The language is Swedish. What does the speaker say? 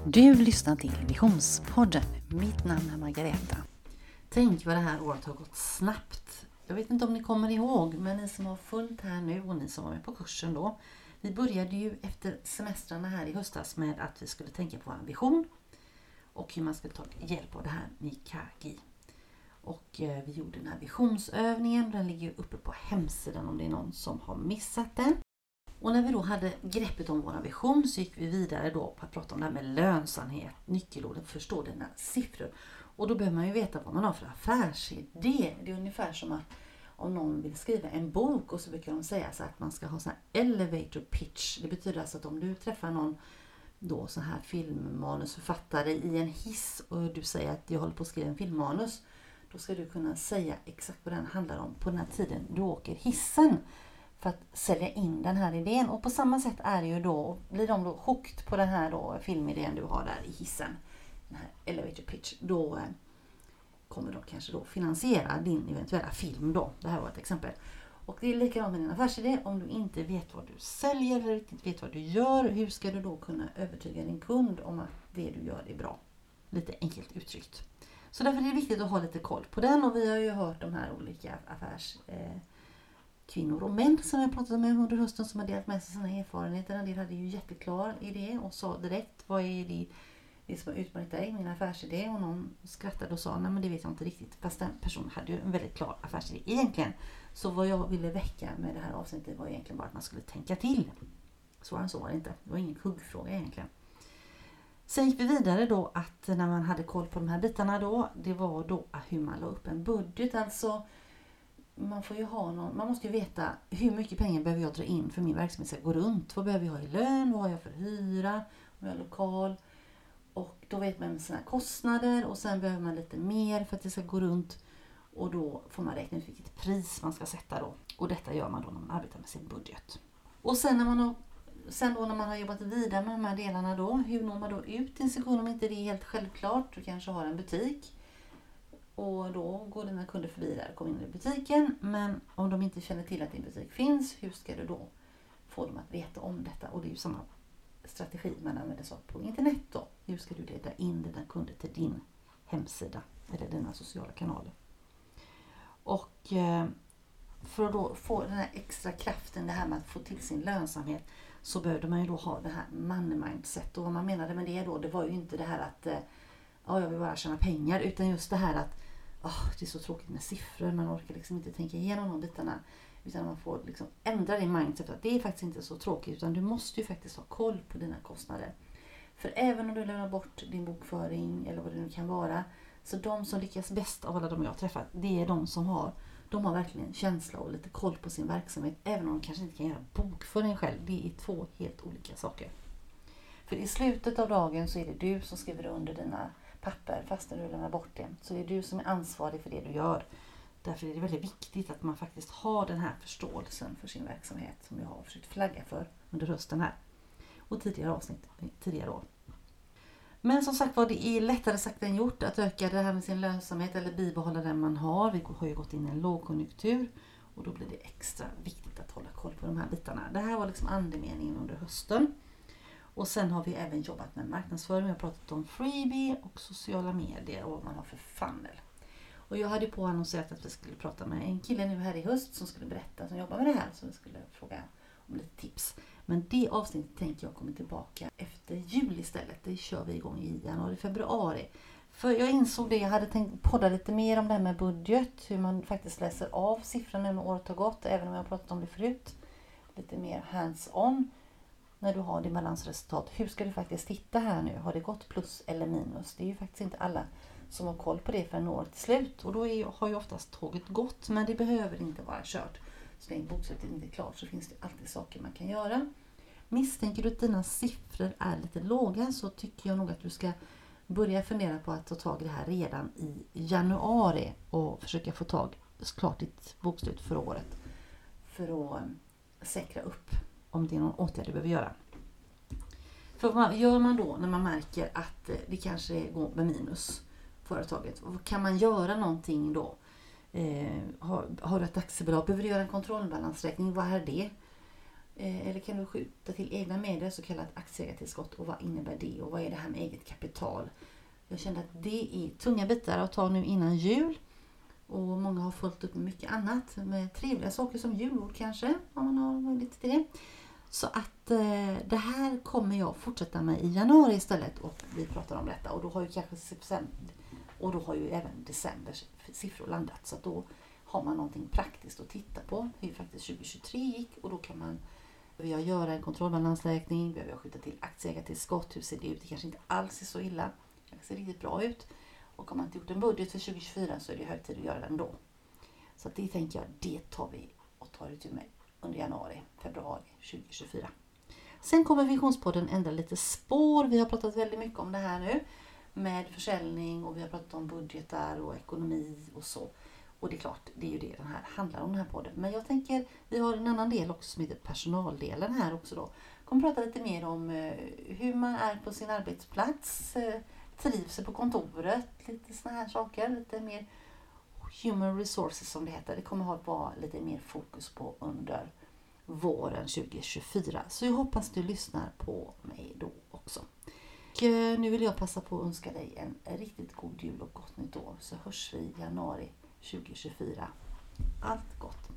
Du lyssnar till Visionspodden. Mitt namn är Margareta. Tänk vad det här året har gått snabbt. Jag vet inte om ni kommer ihåg, men ni som har följt här nu och ni som var med på kursen då. Vi började ju efter semestrarna här i höstas med att vi skulle tänka på en vision. Och hur man skulle ta hjälp av det här Mikagi. Och vi gjorde den här visionsövningen. Den ligger uppe på hemsidan om det är någon som har missat den. Och när vi då hade greppet om vår vision så gick vi vidare då på att prata om det här med lönsamhet, nyckelorden, förstå dina siffror. Och då behöver man ju veta vad man har för affärsidé. Det är ungefär som att om någon vill skriva en bok och så brukar de säga så att man ska ha så här elevator pitch. Det betyder alltså att om du träffar någon då så här filmmanusförfattare i en hiss och du säger att jag håller på att skriva en filmmanus, då ska du kunna säga exakt vad den handlar om på den här tiden du åker hissen för att sälja in den här idén. Och på samma sätt är det ju då, blir de då hooked på den här då filmidén du har där i hissen, den här elevator pitch, då kommer de kanske då finansiera din eventuella film då. Det här var ett exempel. Och det är likadant med din affärsidé. Om du inte vet vad du säljer eller riktigt vet vad du gör, hur ska du då kunna övertyga din kund om att det du gör är bra? Lite enkelt uttryckt. Så därför är det viktigt att ha lite koll på den. Och vi har ju hört de här olika kvinnor och män som jag pratat med under hösten som har delat med sig sina erfarenheter. En del hade ju jätteklar idé och sa direkt vad är det som har utmanat dig, min affärsidé. Och någon skrattade och sa nej men det vet jag inte riktigt. Fast den personen hade ju en väldigt klar affärsidé egentligen. Så vad jag ville väcka med det här avsnittet var egentligen bara att man skulle tänka till. Så var det inte. Det var ingen huggfråga egentligen. Sen gick vi vidare då att när man hade koll på de här bitarna då, det var då hur man la upp en budget. Alltså man får ju ha man måste ju veta hur mycket pengar behöver jag dra in för min verksamhet ska gå runt. Vad behöver jag ha i lön? Vad har jag för hyra? Vad har jag lokal? Och då vet man sina kostnader och sen behöver man lite mer för att det ska gå runt. Och då får man räkna ut vilket pris man ska sätta då. Och detta gör man då när man arbetar med sin budget. Och sen när man har jobbat vidare med de här delarna då, hur når man då ut till en sektion om inte det är helt självklart? Du kanske har en butik och då går dina kunder förbi där och kommer in i butiken. Men om de inte känner till att din butik finns, hur ska du då få dem att veta om detta? Och det är ju samma strategi man använder så på internet då. Hur ska du leda in dina kunder till din hemsida eller dina sociala kanaler? Och för att då få den här extra kraften, det här med att få till sin lönsamhet, så behövde man ju då ha det här money mindset. Och vad man menade med det då, det var ju inte det här att jag vill bara tjäna pengar, utan just det här att det är så tråkigt med siffror, man orkar liksom inte tänka igenom de bitarna, utan man får liksom ändra din mindset att det är faktiskt inte så tråkigt, utan du måste ju faktiskt ha koll på dina kostnader. För även om du lämnar bort din bokföring eller vad det nu kan vara, så de som lyckas bäst av alla de jag har träffat, det är de som har verkligen känsla och lite koll på sin verksamhet, även om de kanske inte kan göra bokföring själv. Det är två helt olika saker. För i slutet av dagen så är det du som skriver under dina papper fast när du lämnar bort det. Så det är du som är ansvarig för det du gör. Därför är det väldigt viktigt att man faktiskt har den här förståelsen för sin verksamhet som jag har försökt flagga för under hösten här. Och tidigare år. Men som sagt var, det är lättare sagt än gjort att öka det här med sin lönsamhet eller bibehålla den man har. Vi har ju gått in i en lågkonjunktur och då blir det extra viktigt att hålla koll på de här bitarna. Det här var liksom andemeningen under hösten. Och sen har vi även jobbat med marknadsföring. Vi har pratat om freebie och sociala medier och vad man har för funnel. Och jag hade på annonserat att vi skulle prata med en kille nu här i höst som skulle berätta, som jobbar med det här, så vi skulle fråga om lite tips. Men det avsnittet tänker jag kommer tillbaka efter jul istället. Det kör vi igång i januari, februari. För jag insåg det, jag hade tänkt podda lite mer om det här med budget. Hur man faktiskt läser av siffrorna när året har gått, även om jag har pratat om det förut. Lite mer hands-on. När du har din balansresultat, hur ska du faktiskt titta här nu? Har det gått plus eller minus? Det är ju faktiskt inte alla som har koll på det för en år till slut. Och då har ju oftast tåget gått, men det behöver inte vara kört. Så länge bokslutet inte är klart så finns det alltid saker man kan göra. Misstänker du att dina siffror är lite låga, så tycker jag nog att du ska börja fundera på att ta tag i det här redan i januari och försöka få klart ditt bokslut för året. För att säkra upp om det är någon åtgärd du behöver göra. För vad gör man då när man märker att det kanske går med minus företaget? Kan man göra någonting då? Har du ett aktiebolag? Behöver du göra en kontrollbalansräkning? Vad är det? Eller kan du skjuta till egna medel, så kallat aktieägartillskott, och vad innebär det och vad är det här med eget kapital? Jag kände att det är tunga bitar att ta nu innan jul, och många har fullt upp med mycket annat, med trevliga saker som julbord kanske, om man har möjlighet till det. Så att det här kommer jag fortsätta med i januari istället, och vi pratar om detta, och då har ju kanske och då har ju även decembers siffror landat, så att då har man någonting praktiskt att titta på hur faktiskt 2023 gick, och då kan man göra en kontrollbalansräkning, behöver jag skjuta till aktieägartillskott, hur ser det ut? Det kanske inte alls är så illa, det ser riktigt bra ut, och om man inte gjort en budget för 2024 så är det hög tid att göra den då. Så att det tänker jag, det tar vi och tar det till mig under januari, februari 2024. Sen kommer Visionspodden ändra lite spår. Vi har pratat väldigt mycket om det här nu med försäljning, och vi har pratat om budgetar och ekonomi och så. Och det är klart, det är ju det den här handlar om, den här podden. Men jag tänker, vi har en annan del också som heter personaldelen här också då. Kommer prata lite mer om hur man är på sin arbetsplats, trivsel på kontoret, lite såna här saker, lite mer human resources som det heter. Det kommer att vara lite mer fokus på under våren 2024. Så jag hoppas du lyssnar på mig då också. Och nu vill jag passa på att önska dig en riktigt god jul och gott nytt år. Så hörs vi i januari 2024. Allt gott!